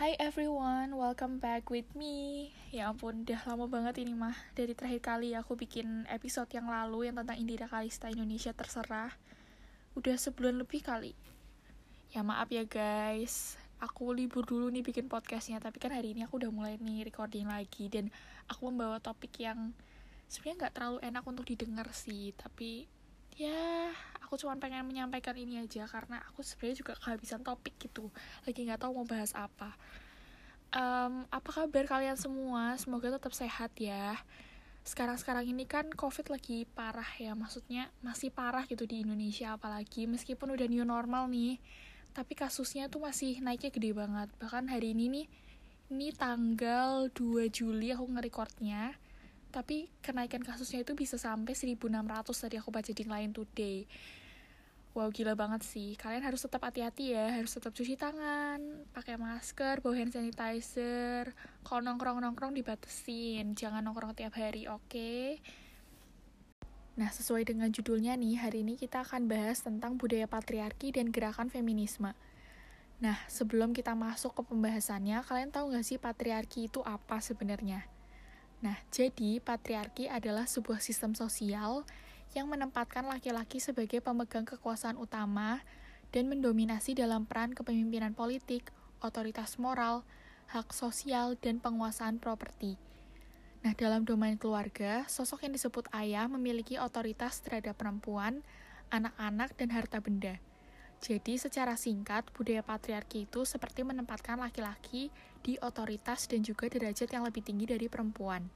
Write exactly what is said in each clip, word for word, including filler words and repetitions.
Hi everyone, welcome back with me. Ya ampun, udah lama banget ini mah. Dari terakhir kali aku bikin episode yang lalu yang tentang Indira Kalista Indonesia Terserah. Udah sebulan lebih kali. Ya maaf ya guys, aku libur dulu nih bikin podcastnya. Tapi kan hari ini aku udah mulai nih recording lagi. Dan aku membawa topik yang sebenarnya gak terlalu enak untuk didengar sih. Tapi ya aku cuma pengen menyampaikan ini aja karena aku sebenarnya juga kehabisan topik gitu, lagi nggak tahu mau bahas apa. Um, apa kabar kalian semua? Semoga tetap sehat ya. Sekarang-sekarang ini kan COVID lagi parah ya, maksudnya masih parah gitu di Indonesia, apalagi meskipun udah new normal nih, tapi kasusnya tuh masih naiknya gede banget. Bahkan hari ini nih, ini tanggal dua Juli aku nge-recordnya, tapi kenaikan kasusnya itu bisa sampai seribu enam ratus tadi aku baca di Line Today. Wow, gila banget sih. Kalian harus tetap hati-hati ya, harus tetap cuci tangan, pakai masker, bawa hand sanitizer. Kalau nongkrong-nongkrong dibatesin, jangan nongkrong tiap hari, oke? Okay? Nah, sesuai dengan judulnya nih, hari ini kita akan bahas tentang budaya patriarki dan gerakan feminisme. Nah, sebelum kita masuk ke pembahasannya, kalian tahu nggak sih patriarki itu apa sebenarnya? Nah, jadi patriarki adalah sebuah sistem sosial yang menempatkan laki-laki sebagai pemegang kekuasaan utama dan mendominasi dalam peran kepemimpinan politik, otoritas moral, hak sosial, dan penguasaan properti. Nah, dalam domain keluarga, sosok yang disebut ayah memiliki otoritas terhadap perempuan, anak-anak, dan harta benda. Jadi, secara singkat, budaya patriarki itu seperti menempatkan laki-laki di otoritas dan juga derajat yang lebih tinggi dari perempuan.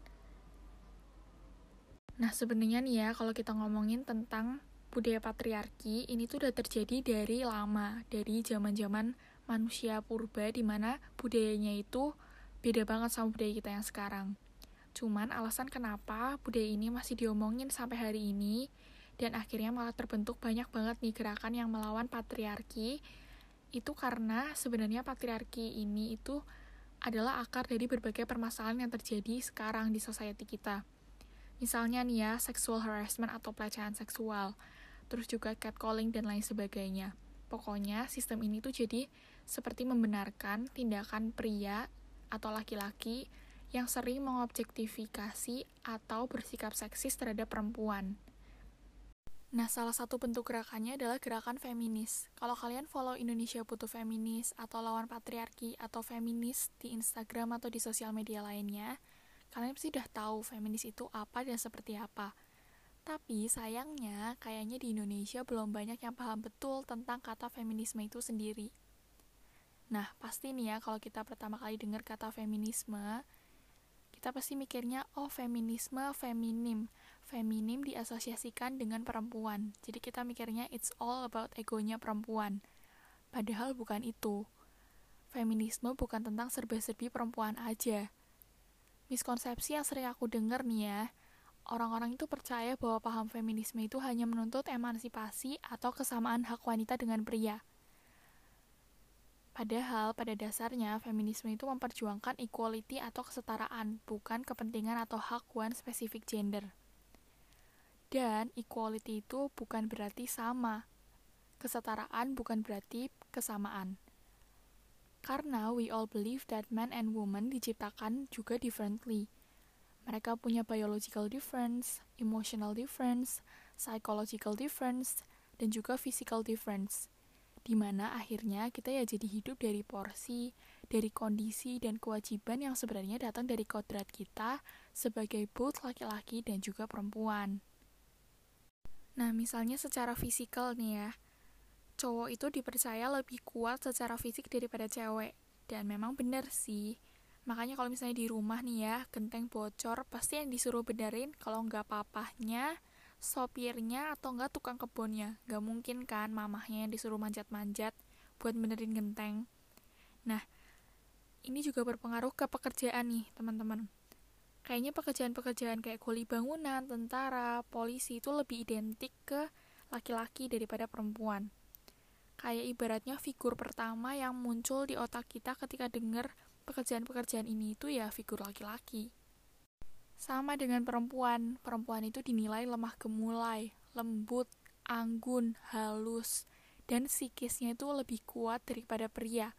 Nah, sebenarnya nih ya, kalau kita ngomongin tentang budaya patriarki, ini tuh udah terjadi dari lama, dari zaman-zaman manusia purba, di mana budayanya itu beda banget sama budaya kita yang sekarang. Cuman alasan kenapa budaya ini masih diomongin sampai hari ini, dan akhirnya malah terbentuk banyak banget nih gerakan yang melawan patriarki, itu karena sebenarnya patriarki ini itu adalah akar dari berbagai permasalahan yang terjadi sekarang di society kita. Misalnya nih ya, sexual harassment atau pelecehan seksual, terus juga catcalling dan lain sebagainya. Pokoknya sistem ini tuh jadi seperti membenarkan tindakan pria atau laki-laki yang sering mengobjektifikasi atau bersikap seksis terhadap perempuan. Nah, salah satu bentuk gerakannya adalah gerakan feminis. Kalau kalian follow Indonesia Butuh Feminis atau Lawan Patriarki atau Feminis di Instagram atau di sosial media lainnya, kalian pasti udah tahu feminis itu apa dan seperti apa. Tapi sayangnya, kayaknya di Indonesia belum banyak yang paham betul tentang kata feminisme itu sendiri. Nah, pasti nih ya, kalau kita pertama kali dengar kata feminisme, kita pasti mikirnya, oh feminisme, feminim. Feminim diasosiasikan dengan perempuan. Jadi kita mikirnya it's all about egonya perempuan. Padahal bukan itu. Feminisme bukan tentang serba-serbi perempuan aja. Miskonsepsi yang sering aku dengar nih ya, orang-orang itu percaya bahwa paham feminisme itu hanya menuntut emansipasi atau kesamaan hak wanita dengan pria. Padahal pada dasarnya feminisme itu memperjuangkan equality atau kesetaraan, bukan kepentingan atau hak one specific gender. Dan equality itu bukan berarti sama. Kesetaraan bukan berarti kesamaan. Karena we all believe that men and women diciptakan juga differently. Mereka punya biological difference, emotional difference, psychological difference, dan juga physical difference. Dimana akhirnya kita ya jadi hidup dari porsi, dari kondisi dan kewajiban yang sebenarnya datang dari kodrat kita sebagai both laki-laki dan juga perempuan. Nah, misalnya secara fisikal nih ya, cowok itu dipercaya lebih kuat secara fisik daripada cewek. Dan memang benar sih. Makanya kalau misalnya di rumah nih ya, genteng bocor, pasti yang disuruh benerin kalau nggak papahnya, sopirnya, atau nggak tukang kebunnya. Nggak mungkin kan mamahnya yang disuruh manjat-manjat buat benerin genteng. Nah, ini juga berpengaruh ke pekerjaan nih, teman-teman. Kayaknya pekerjaan-pekerjaan kayak kuli bangunan, tentara, polisi itu lebih identik ke laki-laki daripada perempuan. Kayak ibaratnya figur pertama yang muncul di otak kita ketika dengar pekerjaan-pekerjaan ini itu ya figur laki-laki. Sama dengan perempuan, perempuan itu dinilai lemah gemulai, lembut, anggun, halus, dan psikisnya itu lebih kuat daripada pria.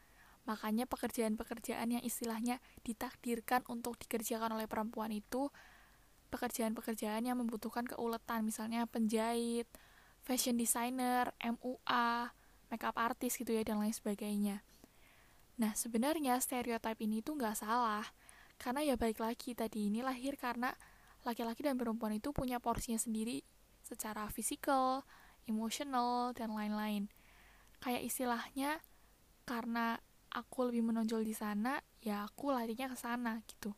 Makanya pekerjaan-pekerjaan yang istilahnya ditakdirkan untuk dikerjakan oleh perempuan itu pekerjaan-pekerjaan yang membutuhkan keuletan, misalnya penjahit, fashion designer, M U A, makeup artist gitu ya, dan lain sebagainya. Nah, sebenarnya stereotip ini tuh nggak salah, karena ya balik lagi, tadi ini lahir karena laki-laki dan perempuan itu punya porsinya sendiri secara fisikal, emosional, dan lain-lain. Kayak istilahnya, karena aku lebih menonjol di sana, ya aku larinya ke sana gitu.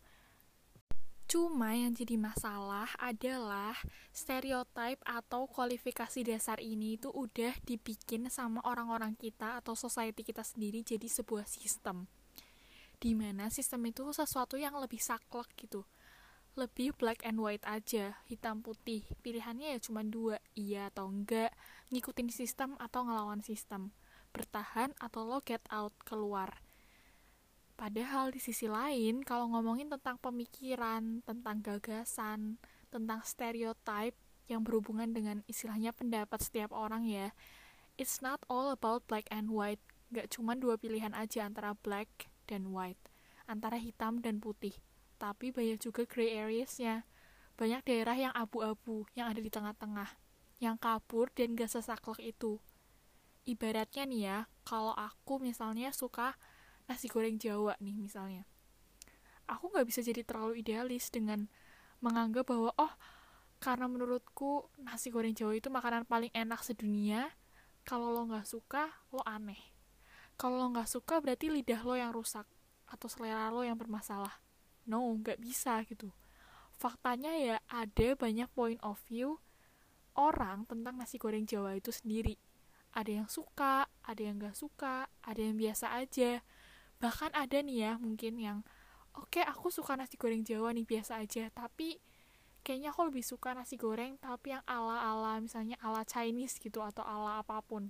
Cuma yang jadi masalah adalah stereotip atau kualifikasi dasar ini itu udah dibikin sama orang-orang kita atau society kita sendiri jadi sebuah sistem. Dimana sistem itu sesuatu yang lebih saklek gitu. Lebih black and white aja, hitam putih. Pilihannya ya cuma dua, iya atau enggak, ngikutin sistem atau ngelawan sistem. Bertahan atau lo get out, keluar. Padahal di sisi lain, kalau ngomongin tentang pemikiran, tentang gagasan, tentang stereotype yang berhubungan dengan istilahnya pendapat setiap orang ya, it's not all about black and white. Gak cuma dua pilihan aja antara black dan white, antara hitam dan putih. Tapi banyak juga gray areas-nya. Banyak daerah yang abu-abu, yang ada di tengah-tengah, yang kabur dan gak sesaklek itu. Ibaratnya nih ya, kalau aku misalnya suka nasi goreng Jawa nih misalnya, aku gak bisa jadi terlalu idealis dengan menganggap bahwa oh, karena menurutku nasi goreng Jawa itu makanan paling enak sedunia, kalau lo gak suka, lo aneh. Kalau lo gak suka berarti lidah lo yang rusak atau selera lo yang bermasalah. No, gak bisa gitu. Faktanya ya ada banyak point of view orang tentang nasi goreng Jawa itu sendiri. Ada yang suka, ada yang gak suka, ada yang biasa aja. Bahkan ada nih ya mungkin yang oke okay, aku suka nasi goreng Jawa nih biasa aja, tapi kayaknya aku lebih suka nasi goreng tapi yang ala-ala misalnya ala Chinese gitu atau ala apapun.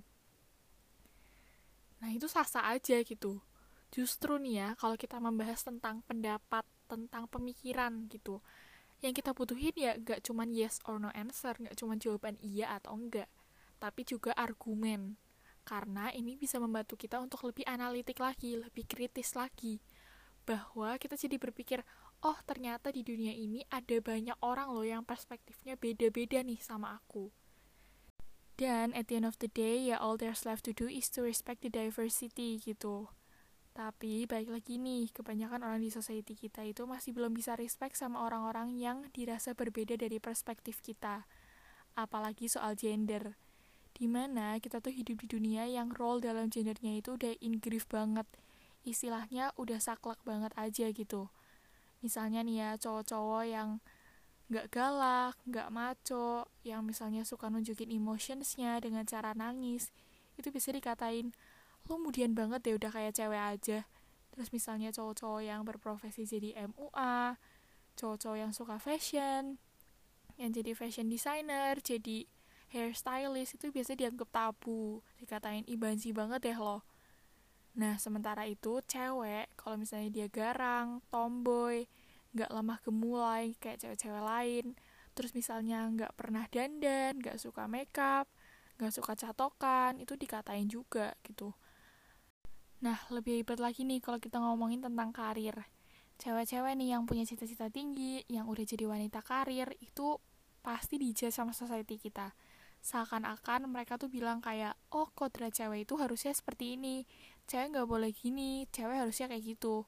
Nah itu sah-sah aja gitu. Justru nih ya kalau kita membahas tentang pendapat, tentang pemikiran gitu, yang kita butuhin ya gak cuman yes or no answer, gak cuman jawaban iya atau enggak, tapi juga argumen. Karena ini bisa membantu kita untuk lebih analitik lagi, lebih kritis lagi. Bahwa kita jadi berpikir, oh ternyata di dunia ini ada banyak orang loh yang perspektifnya beda-beda nih sama aku. Dan at the end of the day, ya all there's left to do is to respect the diversity gitu. Tapi balik lagi nih, kebanyakan orang di society kita itu masih belum bisa respect sama orang-orang yang dirasa berbeda dari perspektif kita. Apalagi soal gender. Dimana kita tuh hidup di dunia yang role dalam gendernya itu udah ingrained banget, istilahnya udah saklek banget aja gitu. Misalnya nih ya cowok-cowok yang gak galak, gak maco, yang misalnya suka nunjukin emotionsnya dengan cara nangis, itu bisa dikatain lo mudian banget deh udah kayak cewek aja. Terus misalnya cowok-cowok yang berprofesi jadi M U A, cowok-cowok yang suka fashion, yang jadi fashion designer, jadi hairstylist, itu biasa dianggap tabu, dikatain ih banci banget deh lo. Nah sementara itu cewek kalau misalnya dia garang, tomboy, gak lemah gemulai kayak cewek-cewek lain, terus misalnya gak pernah dandan, gak suka makeup, gak suka catokan, itu dikatain juga gitu. Nah lebih hebat lagi nih kalau kita ngomongin tentang karir. Cewek-cewek nih yang punya cita-cita tinggi, yang udah jadi wanita karir, itu pasti dijudge sama society kita. Seakan-akan mereka tuh bilang kayak, oh kodrat cewek itu harusnya seperti ini, cewek gak boleh gini, cewek harusnya kayak gitu.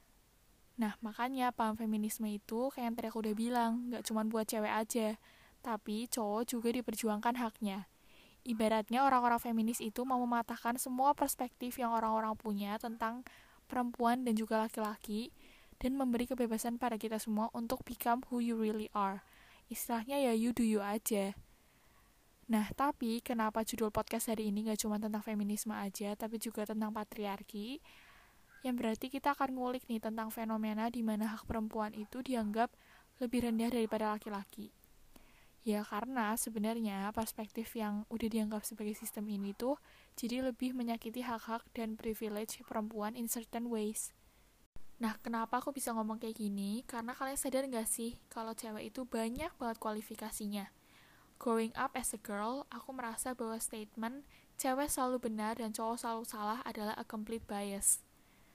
Nah makanya paham feminisme itu kayak yang tadi aku udah bilang, gak cuma buat cewek aja, tapi cowok juga diperjuangkan haknya. Ibaratnya orang-orang feminis itu mau mematahkan semua perspektif yang orang-orang punya tentang perempuan dan juga laki-laki, dan memberi kebebasan pada kita semua untuk become who you really are. Istilahnya ya you do you aja. Nah, tapi kenapa judul podcast hari ini gak cuma tentang feminisme aja, tapi juga tentang patriarki? Yang berarti kita akan ngulik nih tentang fenomena di mana hak perempuan itu dianggap lebih rendah daripada laki-laki. Ya karena sebenarnya perspektif yang udah dianggap sebagai sistem ini tuh jadi lebih menyakiti hak-hak dan privilege perempuan in certain ways. Nah, kenapa aku bisa ngomong kayak gini? Karena kalian sadar gak sih kalau cewek itu banyak banget kualifikasinya. Growing up as a girl, aku merasa bahwa statement cewek selalu benar dan cowok selalu salah adalah a complete bias.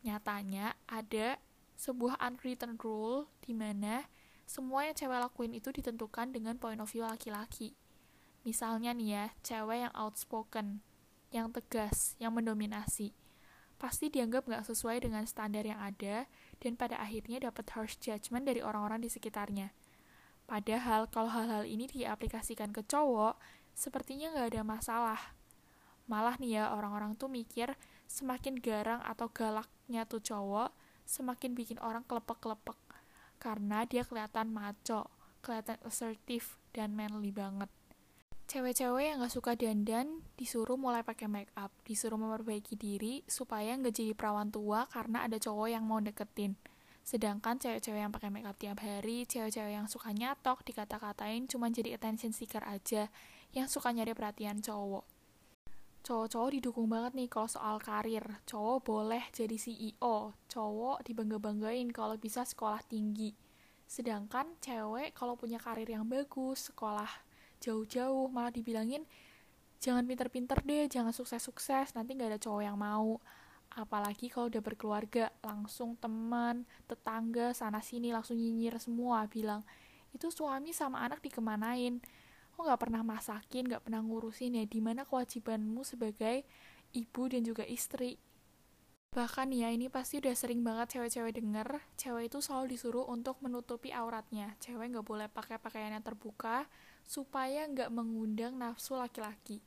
Nyatanya ada sebuah unwritten rule di mana semua yang cewek lakuin itu ditentukan dengan point of view laki-laki. Misalnya nih ya, cewek yang outspoken, yang tegas, yang mendominasi, pasti dianggap gak sesuai dengan standar yang ada, dan pada akhirnya dapat harsh judgment dari orang-orang di sekitarnya. Padahal kalau hal-hal ini diaplikasikan ke cowok, sepertinya gak ada masalah. Malah nih ya, orang-orang tuh mikir semakin garang atau galaknya tuh cowok, semakin bikin orang kelepek-kelepek. Karena dia kelihatan macho, kelihatan assertive, dan manly banget. Cewek-cewek yang gak suka dandan disuruh mulai pakai make up, disuruh memperbaiki diri supaya gak jadi perawan tua karena ada cowok yang mau deketin. Sedangkan cewek-cewek yang pakai make up tiap hari, cewek-cewek yang suka nyatok, dikata-katain cuma jadi attention seeker aja, yang suka nyari perhatian cowok. Cowok-cowok didukung banget nih kalau soal karir. Cowok boleh jadi C E O, cowok dibangga-banggain kalau bisa sekolah tinggi. Sedangkan cewek kalau punya karir yang bagus, sekolah jauh-jauh, malah dibilangin jangan pinter-pinter deh, jangan sukses-sukses, nanti gak ada cowok yang mau. Apalagi kalau udah berkeluarga, langsung teman, tetangga, sana-sini langsung nyinyir semua, bilang itu suami sama anak dikemanain, kok gak pernah masakin, gak pernah ngurusin, ya dimana kewajibanmu sebagai ibu dan juga istri. Bahkan ya, ini pasti udah sering banget cewek-cewek denger, cewek itu selalu disuruh untuk menutupi auratnya. Cewek gak boleh pakai pakaian yang terbuka, supaya gak mengundang nafsu laki-laki.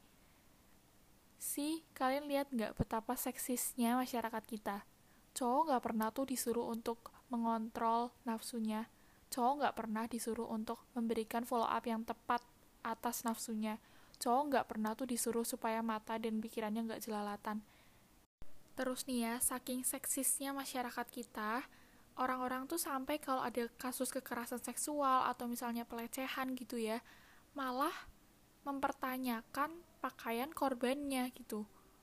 Sih, kalian lihat gak betapa seksisnya masyarakat kita? Cowok gak pernah tuh disuruh untuk mengontrol nafsunya. Cowok gak pernah disuruh untuk memberikan follow up yang tepat atas nafsunya. Cowok gak pernah tuh disuruh supaya mata dan pikirannya gak jelalatan. Terus nih ya, saking seksisnya masyarakat kita, orang-orang tuh sampai kalau ada kasus kekerasan seksual atau misalnya pelecehan gitu ya, malah mempertanyakan pakaian korbannya gitu.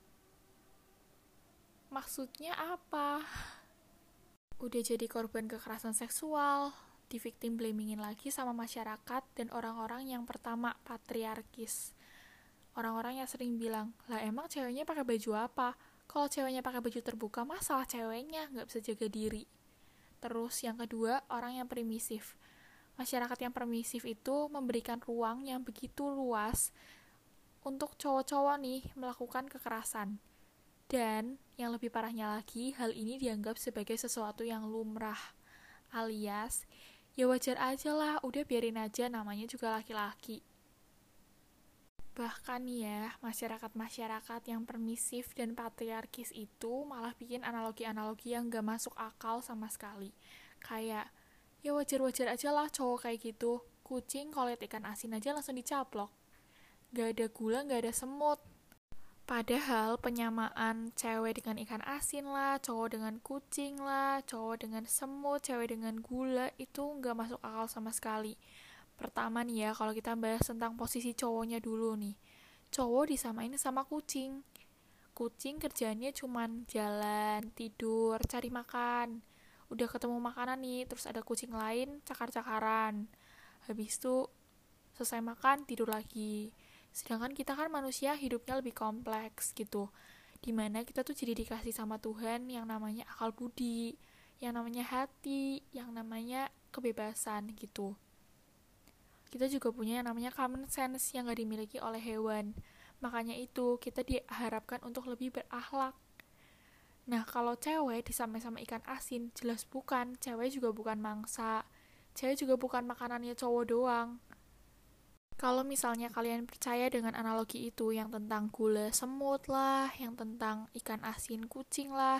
Maksudnya apa? Udah jadi korban kekerasan seksual, di victim blamingin lagi sama masyarakat dan orang-orang yang pertama patriarkis. Orang-orang yang sering bilang, lah emang ceweknya pakai baju apa? Kalau ceweknya pakai baju terbuka, masalah ceweknya nggak bisa jaga diri. Terus yang kedua, orang yang permisif. Masyarakat yang permisif itu memberikan ruang yang begitu luas untuk cowok-cowok nih melakukan kekerasan. Dan yang lebih parahnya lagi, hal ini dianggap sebagai sesuatu yang lumrah. Alias, ya wajar aja lah, udah biarin aja, namanya juga laki-laki. Bahkan ya, masyarakat-masyarakat yang permisif dan patriarkis itu malah bikin analogi-analogi yang gak masuk akal sama sekali. Kayak, ya wajar-wajar aja lah cowok kayak gitu. Kucing kalau liat ikan asin aja langsung dicaplok. Gak ada gula, gak ada semut. Padahal penyamaan cewek dengan ikan asin lah, cowok dengan kucing lah, cowok dengan semut, cewek dengan gula, itu gak masuk akal sama sekali. Pertama nih ya, kalau kita bahas tentang posisi cowoknya dulu nih. Cowok disamain sama kucing. Kucing kerjaannya cuman jalan, tidur, cari makan. Udah ketemu makanan nih, terus ada kucing lain, cakar-cakaran. Habis itu, selesai makan, tidur lagi. Sedangkan kita kan manusia hidupnya lebih kompleks gitu. Dimana kita tuh jadi dikasih sama Tuhan yang namanya akal budi, yang namanya hati, yang namanya kebebasan gitu. Kita juga punya yang namanya common sense yang gak dimiliki oleh hewan. Makanya itu, kita diharapkan untuk lebih berakhlak. Nah, kalau cewek disamain sama ikan asin, jelas bukan. Cewek juga bukan mangsa. Cewek juga bukan makanannya cowok doang. Kalau misalnya kalian percaya dengan analogi itu, yang tentang gula semut lah, yang tentang ikan asin kucing lah,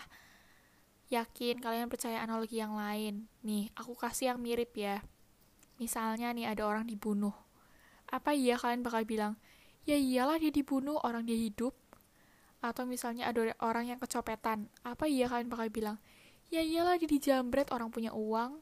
yakin kalian percaya analogi yang lain. Nih, aku kasih yang mirip ya. Misalnya nih ada orang dibunuh. Apa iya kalian bakal bilang, ya iyalah dia dibunuh, orang dia hidup? Atau misalnya ada orang yang kecopetan. Apa iya kalian bakal bilang, ya iyalah dia dijambret, orang punya uang?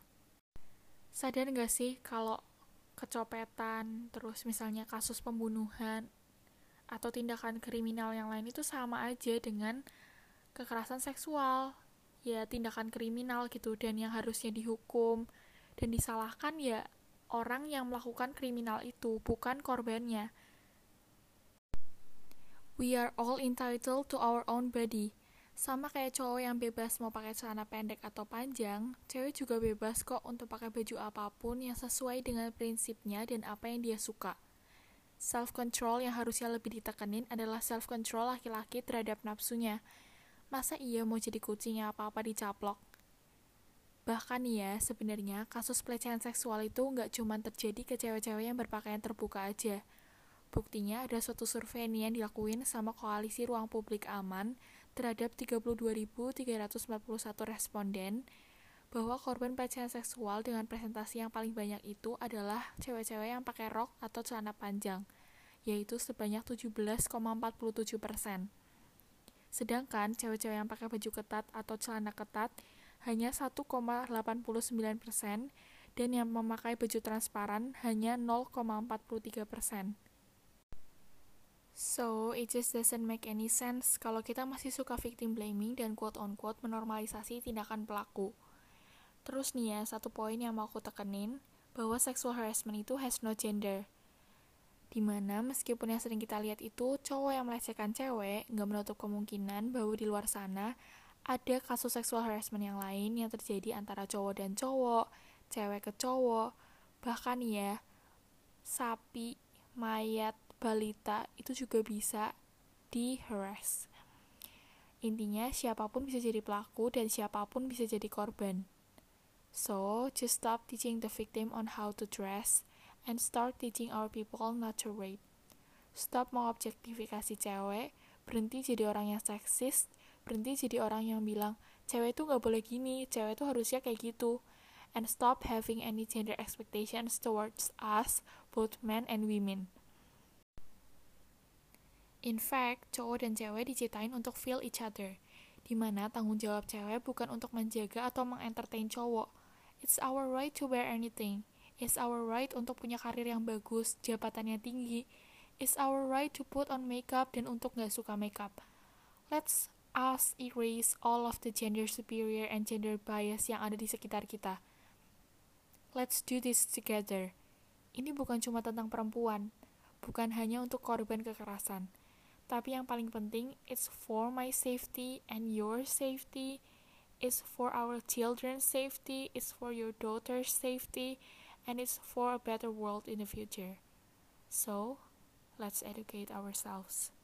Sadar gak sih kalau kecopetan, terus misalnya kasus pembunuhan, atau tindakan kriminal yang lain itu sama aja dengan kekerasan seksual. Ya tindakan kriminal gitu, dan yang harusnya dihukum dan disalahkan ya orang yang melakukan kriminal itu, bukan korbannya. We are all entitled to our own body. Sama kayak cowok yang bebas mau pakai celana pendek atau panjang, cewek juga bebas kok untuk pakai baju apapun yang sesuai dengan prinsipnya dan apa yang dia suka. Self-control yang harusnya lebih ditekenin adalah self-control laki-laki terhadap nafsunya. Masa iya mau jadi kucing yang apa-apa dicaplok? Bahkan ya, sebenarnya kasus pelecehan seksual itu nggak cuma terjadi ke cewek-cewek yang berpakaian terbuka aja. Buktinya ada suatu survei nih yang dilakuin sama Koalisi Ruang Publik Aman terhadap tiga puluh dua ribu tiga ratus empat puluh satu responden bahwa korban pelecehan seksual dengan presentasi yang paling banyak itu adalah cewek-cewek yang pakai rok atau celana panjang, yaitu sebanyak tujuh belas koma empat puluh tujuh persen. Sedangkan cewek-cewek yang pakai baju ketat atau celana ketat hanya satu koma delapan puluh sembilan persen dan yang memakai baju transparan hanya nol koma empat puluh tiga persen. So, it just doesn't make any sense kalau kita masih suka victim blaming dan quote-on-quote menormalisasi tindakan pelaku. Terus nih ya, satu poin yang mau aku tekenin, bahwa sexual harassment itu has no gender. Dimana meskipun yang sering kita lihat itu cowok yang melecehkan cewek, nggak menutup kemungkinan bahwa di luar sana ada kasus sexual harassment yang lain yang terjadi antara cowok dan cowok, cewek ke cowok, bahkan ya, sapi, mayat, balita itu juga bisa di-harass. Intinya siapapun bisa jadi pelaku dan siapapun bisa jadi korban. So, just stop teaching the victim on how to dress and start teaching our people not to rape. Stop mengobjektifikasi cewek, berhenti jadi orang yang seksis, berhenti jadi orang yang bilang, cewek itu gak boleh gini, cewek itu harusnya kayak gitu. And stop having any gender expectations towards us, both men and women. In fact, cowok dan cewek diciptain untuk feel each other, dimana tanggung jawab cewek bukan untuk menjaga atau mengentertain cowok. It's our right to wear anything. It's our right untuk punya karir yang bagus, jabatannya tinggi. It's our right to put on makeup dan untuk gak suka makeup. Let's us erase all of the gender superior and gender bias yang ada di sekitar kita. Let's do this together. Ini bukan cuma tentang perempuan, bukan hanya untuk korban kekerasan. Tapi yang paling penting, it's for my safety and your safety. It's for our children's safety. It's for your daughter's safety. And it's for a better world in the future. So, let's educate ourselves.